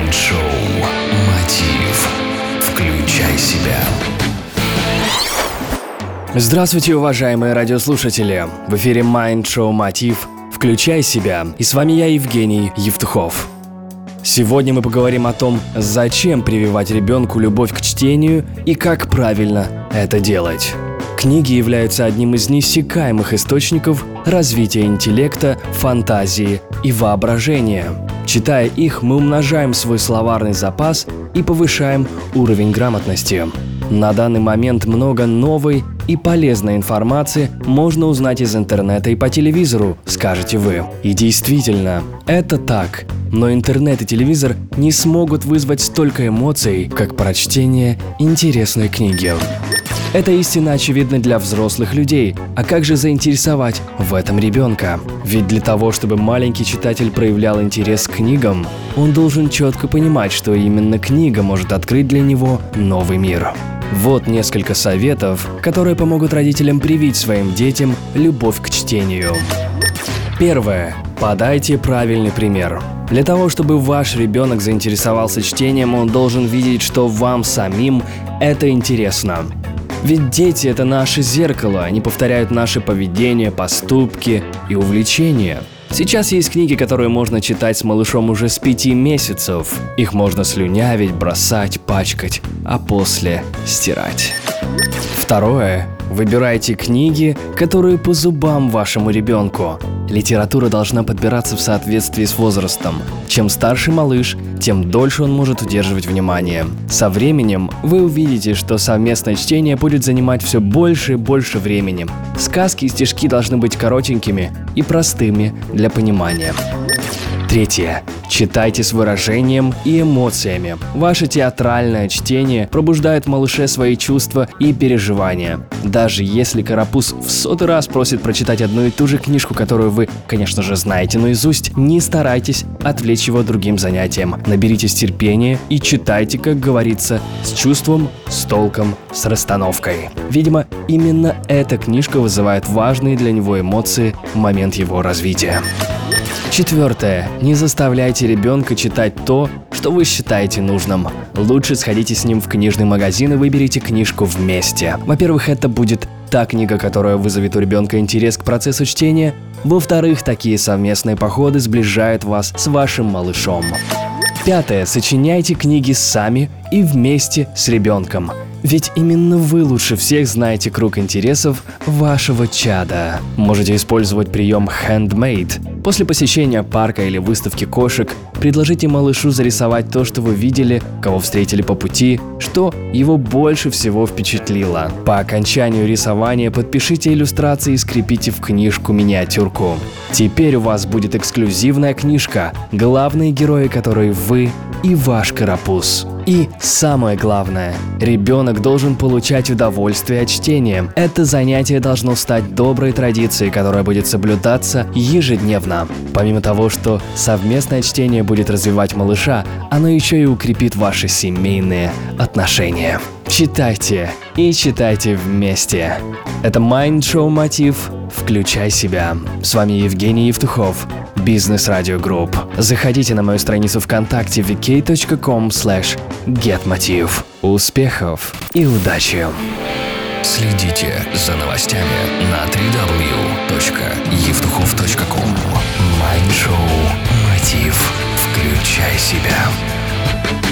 Майнд-шоу «Мотив». Включай себя. Здравствуйте, уважаемые радиослушатели! В эфире Майнд-шоу «Мотив». Включай себя. И с вами я, Евгений Евтухов. Сегодня мы поговорим о том, зачем прививать ребенку любовь к чтению и как правильно это делать. Книги являются одним из неиссякаемых источников развития интеллекта, фантазии и воображения. Читая их, мы умножаем свой словарный запас и повышаем уровень грамотности. На данный момент много новой и полезной информации можно узнать из интернета и по телевизору, скажете вы. И действительно, это так. Но интернет и телевизор не смогут вызвать столько эмоций, как прочтение интересной книги. Эта истина очевидна для взрослых людей, а как же заинтересовать в этом ребенка? Ведь для того, чтобы маленький читатель проявлял интерес к книгам, он должен четко понимать, что именно книга может открыть для него новый мир. Вот несколько советов, которые помогут родителям привить своим детям любовь к чтению. Первое. Подайте правильный пример. Для того, чтобы ваш ребенок заинтересовался чтением, он должен видеть, что вам самим это интересно. Ведь дети – это наше зеркало, они повторяют наше поведение, поступки и увлечения. Сейчас есть книги, которые можно читать с малышом уже с 5 месяцев. Их можно слюнявить, бросать, пачкать, а после стирать. Второе. Выбирайте книги, которые по зубам вашему ребенку. Литература должна подбираться в соответствии с возрастом. Чем старше малыш, тем дольше он может удерживать внимание. Со временем вы увидите, что совместное чтение будет занимать все больше и больше времени. Сказки и стишки должны быть коротенькими и простыми для понимания. Третье. Читайте с выражением и эмоциями. Ваше театральное чтение пробуждает в малыше свои чувства и переживания. Даже если карапуз в 100-й раз просит прочитать одну и ту же книжку, которую вы, конечно же, знаете наизусть, не старайтесь отвлечь его другим занятием. Наберитесь терпения и читайте, как говорится, с чувством, с толком, с расстановкой. Видимо, именно эта книжка вызывает важные для него эмоции в момент его развития. Четвертое. Не заставляйте ребенка читать то, что вы считаете нужным. Лучше сходите с ним в книжный магазин и выберите книжку вместе. Во-первых, это будет та книга, которая вызовет у ребенка интерес к процессу чтения. Во-вторых, такие совместные походы сближают вас с вашим малышом. Пятое. Сочиняйте книги сами и вместе с ребенком. Ведь именно вы лучше всех знаете круг интересов вашего чада. Можете использовать прием handmade. После посещения парка или выставки кошек предложите малышу зарисовать то, что вы видели, кого встретили по пути, что его больше всего впечатлило. По окончанию рисования подпишите иллюстрации и скрепите в книжку миниатюрку. Теперь у вас будет эксклюзивная книжка, главные герои которой вы и ваш карапуз. И самое главное, ребенок должен получать удовольствие от чтения. Это занятие должно стать доброй традицией, которая будет соблюдаться ежедневно. Помимо того, что совместное чтение будет развивать малыша, оно еще и укрепит ваши семейные отношения. Читайте и читайте вместе. Это Майнд-шоу «Мотив». Включай себя. С вами Евгений Евтухов, Бизнес Радио Групп. Заходите на мою страницу ВКонтакте vk.com/getmotiv. Успехов и удачи! Следите за новостями на www.evtuchov.com. Майнд-шоу «Мотив». Включай себя.